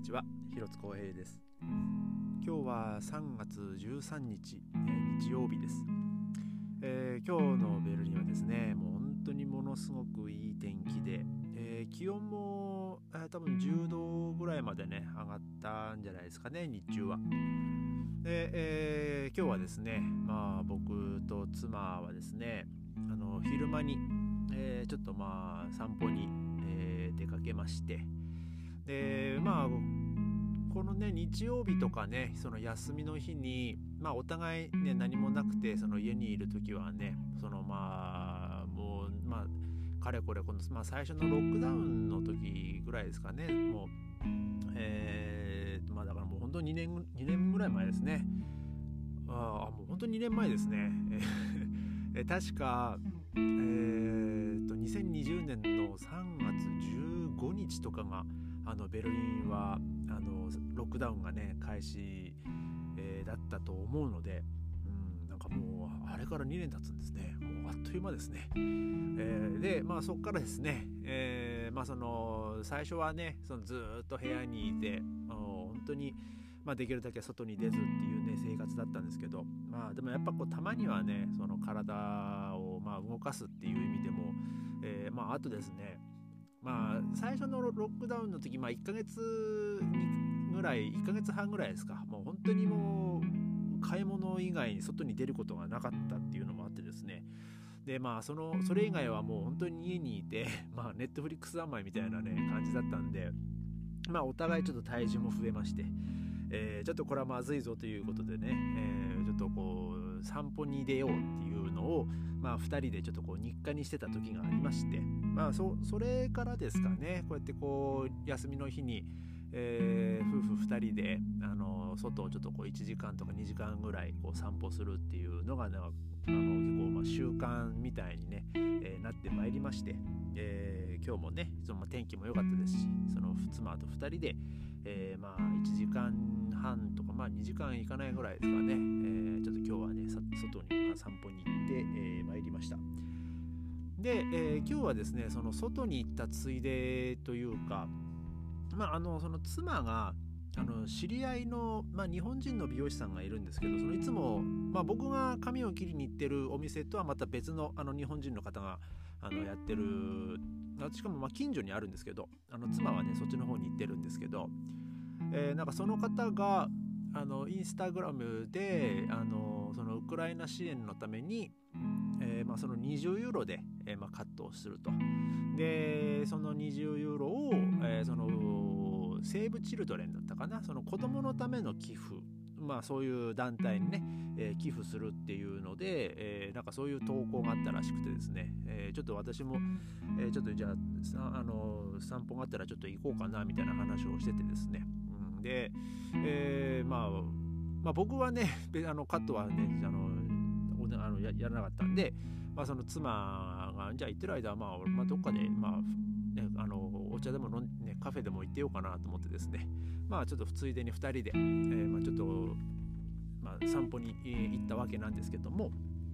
ちは、広津光平です。今日は3月13日、日曜日です。今日のベルリンはですね、もう本当にものすごくいい天気で、気温も、多分10度ぐらいまでね上がったんじゃないですかね、日中は。で、今日はですね、僕と妻はですね、昼間に、ちょっと散歩に、出かけまして、でこのね日曜日とかね、その休みの日にお互いね何もなくて、その家にいる時はね、もうかれこれこの、最初のロックダウンの時ぐらいですかね、もうだからもう本当に2年ぐらい前ですね。もう本当に2年前ですね。確か2020年の3月15日とかがベルリンはロックダウンがね開始、だったと思うので、なんかもうあれから2年経つんですね。もうあっという間ですね。でそこからですね、その最初はねずっと部屋にいて、本当にできるだけ外に出ずっていうね生活だったんですけど、でもやっぱたまにはねその体を動かすっていう意味でも、あとですね、最初のロックダウンの時、1ヶ月半ぐらいですか、もう本当にもう買い物以外に外に出ることがなかったっていうのもあってですね。でそれ以外はもう本当に家にいて、ネットフリックス三昧みたいなね感じだったんで、お互いちょっと体重も増えまして、ちょっとこれはまずいぞということでね、ちょっとこう散歩に出ようっていうのを、2人でちょっとこう日課にしてた時がありまして、それからですかね、こうやってこう休みの日に、夫婦2人で外をちょっとこう1時間とか2時間ぐらいこう散歩するっていうのが結構習慣みたいにね、なってまいりまして、今日もねその天気も良かったですし、その妻と2人で、1時間半とか2時間いかないぐらいですかね、ちょっと今日はね外に散歩に行って、まいりました。で、今日はですねその外に行ったついでというか、その妻が知り合いの、日本人の美容師さんがいるんですけど、そのいつも、僕が髪を切りに行ってるお店とはまた別の日本人の方がやってる、しかも近所にあるんですけど、妻はねそっちの方に行ってるんですけど、なんかその方がインスタグラムでそのウクライナ支援のために、その20ユーロで、カットをすると。でその20ユーロを、そのセーブチルドレンだったかな、その子供のための寄付、そういう団体にね、寄付するっていうので、なんかそういう投稿があったらしくてですね、ちょっと私も、ちょっとじゃあ散歩があったらちょっと行こうかなみたいな話をしててですね、で、僕はねカットはねやらなかったんで、その妻がじゃあ行ってる間はどっかでお茶でもカフェでも行ってようかなと思ってですね、ちょっとついでに2人で、ちょっと、散歩に行ったわけなんですけども、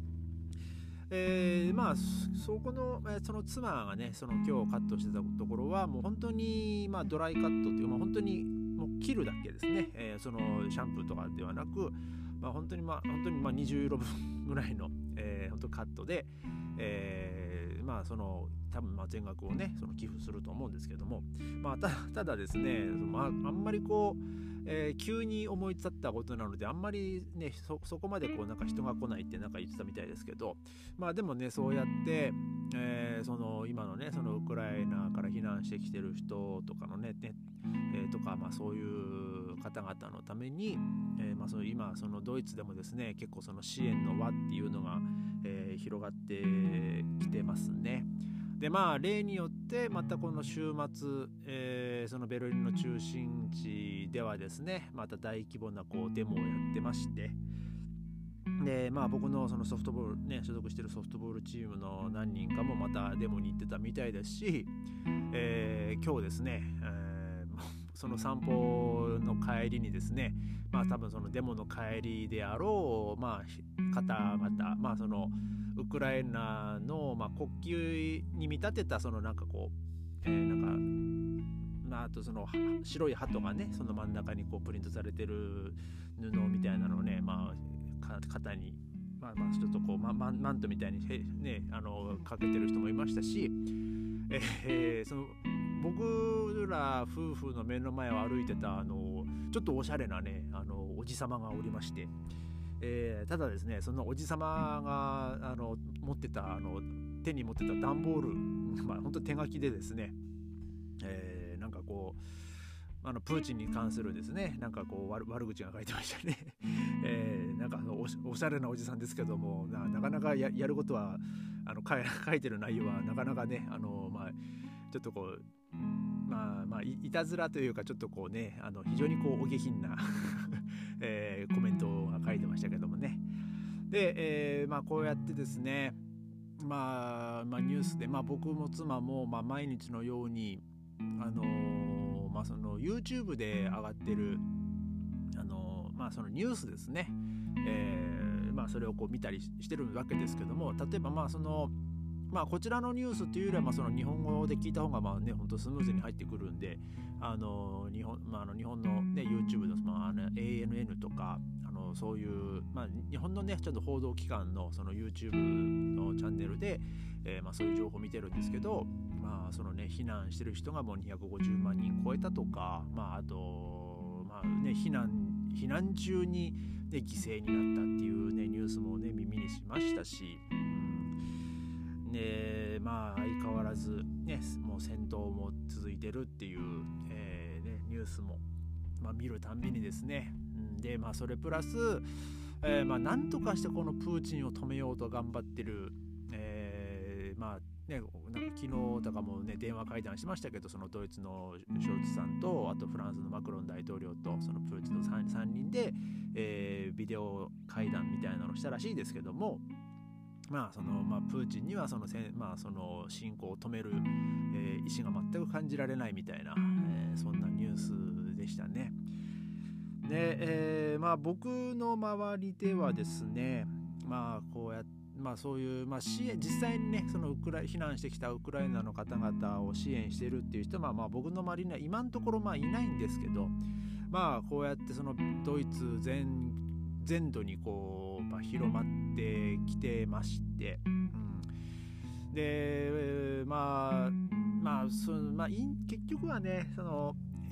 そこの、その妻がねその今日カットしてたところはもう本当にドライカットっていう、本当にもう切るだけですね、そのシャンプーとかではなく、本当に20ユーロ分ぐらいの、本当カットで、その多分全額をねその寄付すると思うんですけども、ただですね、あんまりこう、急に思いつったことなので、あんまりねそこまでこうなんか人が来ないってなんか言ってたみたいですけど、でもねそうやって、その今のねそのウクライナから避難してきてる人とかのね、とかそういう方々のために、そういう今そのドイツでもですね結構その支援の輪っていうのが、広がってきてますね。で例によってまたこの週末、そのベルリンの中心地ではですねまた大規模なこうデモをやってまして、で僕のそのソフトボールね所属しているソフトボールチームの何人かもまたデモに行ってたみたいですし、今日ですね、その散歩の帰りにですね、多分そのデモの帰りであろう、方々、そのウクライナの、国旗に見立てたそのなんかこう、なんかあとその白い鳩がねその真ん中にこうプリントされてる布みたいなのをね、肩にちょっとこう、マントみたいにねかけてる人もいましたし、その僕ら夫婦の目の前を歩いてたちょっとおしゃれなねおじさまがおりまして、ただですねそのおじさまが手に持ってた段ボール、本当手書きでですね、なんかこうプーチンに関するですねなんかこう悪口が書いてましたね、なんかおしゃれなおじさんですけどもなかなかやることは書いてる内容はなかなかねちょっとこういたずらというかちょっとこうね非常にこうお下品な、コメントが書いてましたけどもね。で、こうやってですねニュースで、僕も妻も、毎日のようにその YouTube で上がってるそのニュースですね、それをこう見たりしてるわけですけども、例えばこちらのニュースっていうよりはその日本語で聞いた方が本当スムーズに入ってくるんで日本の、ね、YouTube の、ANN とかそういう、日本のねちょっと報道機関のその YouTube のチャンネルで、そういう情報を見てるんですけど、そのね避難してる人がもう250万人超えたとか、あと避難中に、ね、犠牲になったっていうねニュースもね耳にしましたし、相変わらずねもう戦闘も続いてるっていう、ニュースも、見るたんびにですね、でそれプラス、なんとかしてこのプーチンを止めようと頑張ってる、なんか昨日とかもね電話会談しましたけど、そのドイツのショルツさんとあとフランスのマクロン大統領とそのプーチンの 3人で、ビデオ会談みたいなのをしたらしいですけども、プーチンにはその侵攻を止める、意思が全く感じられないみたいな、そんなニュースでしたね。で、僕の周りではですね、こうやってそういう、支援、実際にねその避難してきたウクライナの方々を支援しているっていう人は、僕の周りには今のところいないんですけど、こうやってそのドイツ全土にこう、広まってきてまして、で結局はねその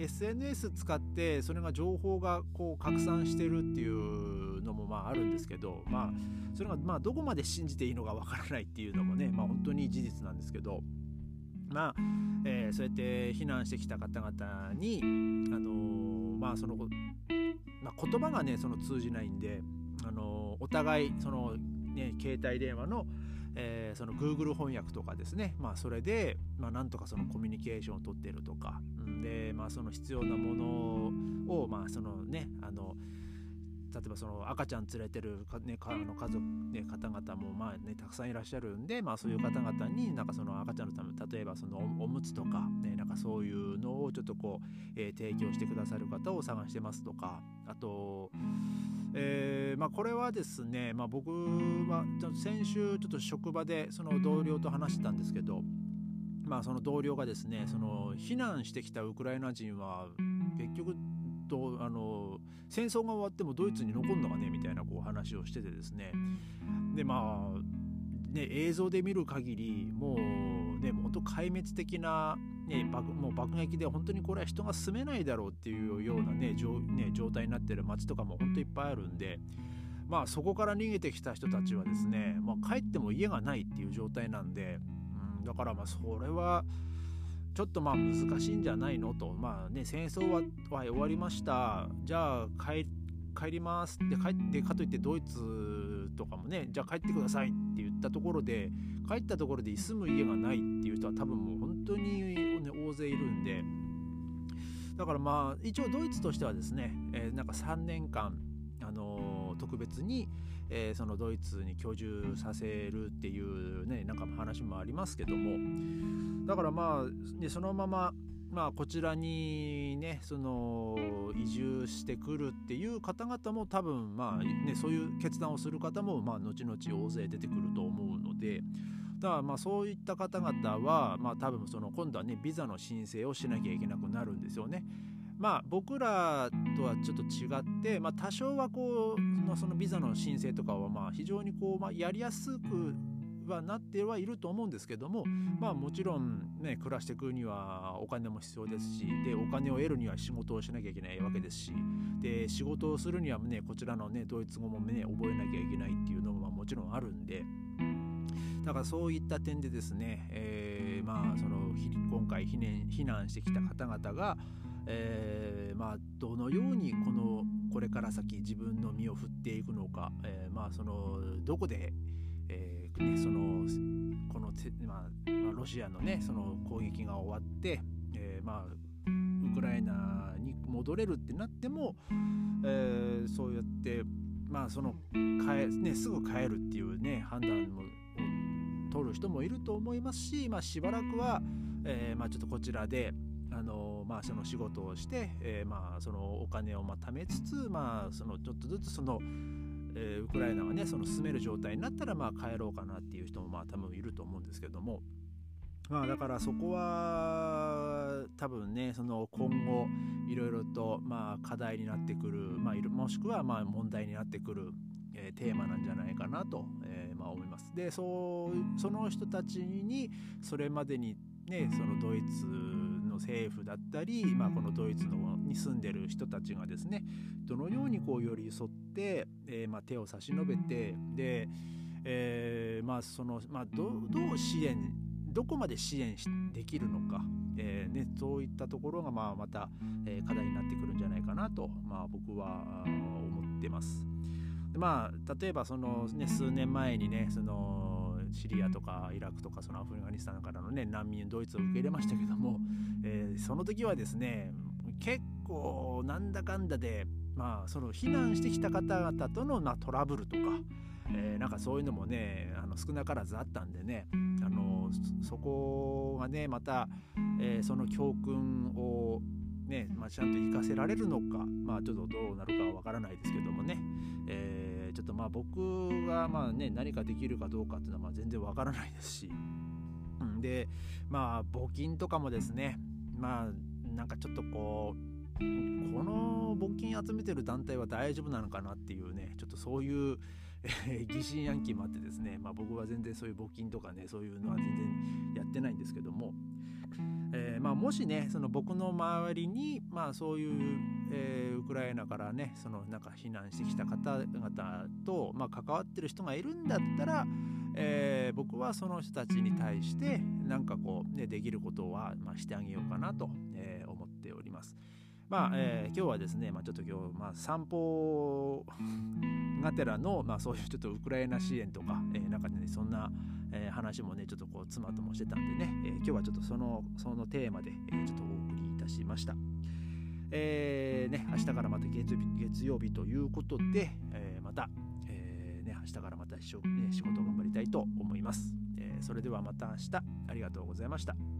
SNS 使ってそれが情報がこう拡散してるっていうのもあるんですけど、それがどこまで信じていいのかわからないっていうのもね、本当に事実なんですけど、そうやって避難してきた方々にその言葉がねその通じないんで、お互いそのね携帯電話のその Google 翻訳とかですね、それで、なんとかそのコミュニケーションを取っているとかで、その必要なものを、そのね例えばその赤ちゃん連れてる、ね、家族、ね、方々もたくさんいらっしゃるんで、そういう方々になんかその赤ちゃんのため例えばそのおむつとか、なんかそういうのをちょっとこう、提供してくださる方を探してますとか、あとこれはですね、僕は先週ちょっと職場でその同僚と話してたんですけど、その同僚がですねその避難してきたウクライナ人は結局戦争が終わってもドイツに残るのかねみたいなこう話をしててですね、で映像で見る限りもうね本当壊滅的な、もう爆撃で本当にこれは人が住めないだろうっていうような状態になってる街とかも本当いっぱいあるんで、そこから逃げてきた人たちはですね、帰っても家がないっていう状態なんで、だからそれはちょっと難しいんじゃないのと、戦争は終わりました、じゃあ帰りますって帰ってかといってドイツとかもねじゃあ帰ってくださいって言ったところで帰ったところで住む家がないっていう人は多分もう本当に、大勢いるんで、だから一応ドイツとしてはですね、なんか3年間特別に、そのドイツに居住させるっていうねなんか話もありますけども、だからそのままこちらにねその移住してくるっていう方々も多分そういう決断をする方も後々大勢出てくると思うので、 だからまあそういった方々は、まあ、多分その今度はねビザの申請をしなきゃいけなくなるんですよね。まあ僕らとはちょっと違って、まあ、多少はこうそのビザの申請とかはまあ非常にこう、まあ、やりやすくはなってはいると思うんですけども、まあもちろんね暮らしていくにはお金も必要ですし、でお金を得るには仕事をしなきゃいけないわけですし、で仕事をするにはねこちらのねドイツ語もね覚えなきゃいけないっていうのももちろんあるんで、だからそういった点でですね、まあその今回避難してきた方々が、まあどのようにこれから先自分の身を振っていくのか、まあそのどこで、ね、まあロシアのねその攻撃が終わって、まあウクライナに戻れるってなっても、そうやってまあそのすぐ帰るっていうね判断も取る人もいると思いますし、まあ、しばらくは、まあ、ちょっとこちらでまあ、その仕事をして、まあ、そのお金をまあ貯めつつ、まあ、そのちょっとずつその、ウクライナがねその住める状態になったらまあ帰ろうかなっていう人もまあ多分いると思うんですけども、まあ、だからそこは多分ねその今後いろいろとまあ課題になってくる、まあ、もしくはまあ問題になってくるテーマなんじゃないかなと、まあ、思います。でその人たちにそれまでにねそのドイツの政府だったり、まあ、このドイツに住んでる人たちがですねどのようにこう寄り添って、まあ、手を差し伸べてで、まあまあ、どこまで支援できるのか、ね、そういったところがまあまた、課題になってくるんじゃないかなと、まあ、僕は思ってます。まあ、例えばその、ね、数年前にねそのシリアとかイラクとかそのアフガニスタンからの、ね、難民ドイツを受け入れましたけども、その時はですね結構なんだかんだで、まあ、その避難してきた方々との、まあ、トラブルとか、なんかそういうのもね少なからずあったんでねそこがねまた、その教訓をねまあ、ちゃんと活かせられるのか、まあ、ちょっとどうなるかはわからないですけどもね、ちょっとまあ僕がまあ、ね、何かできるかどうかっていうのはまあ全然わからないですし、でまあ募金とかもですねまあなんかちょっとこの募金集めてる団体は大丈夫なのかなっていうねちょっとそういう疑心暗鬼もあってですね、まあ、僕は全然そういう募金とかねそういうのは全然やってないんですけども、まあ、もしねその僕の周りに、まあ、そういう、ウクライナからねそのなんか避難してきた方々と、まあ、関わってる人がいるんだったら、僕はその人たちに対してなんかこう、ね、できることは、まあ、してあげようかなと、思っております。まあ今日はですね、まあ、ちょっと今日、まあ、散歩がてらの、まあ、そういうちょっとウクライナ支援とか、なんかねそんな、話もねちょっとこう妻ともしてたんでね、今日はちょっとそのテーマで、ちょっとお送りいたしました。ね、明日からまた月曜日ということで、また、ね、明日からまた仕事を頑張りたいと思います。それではまた明日ありがとうございました。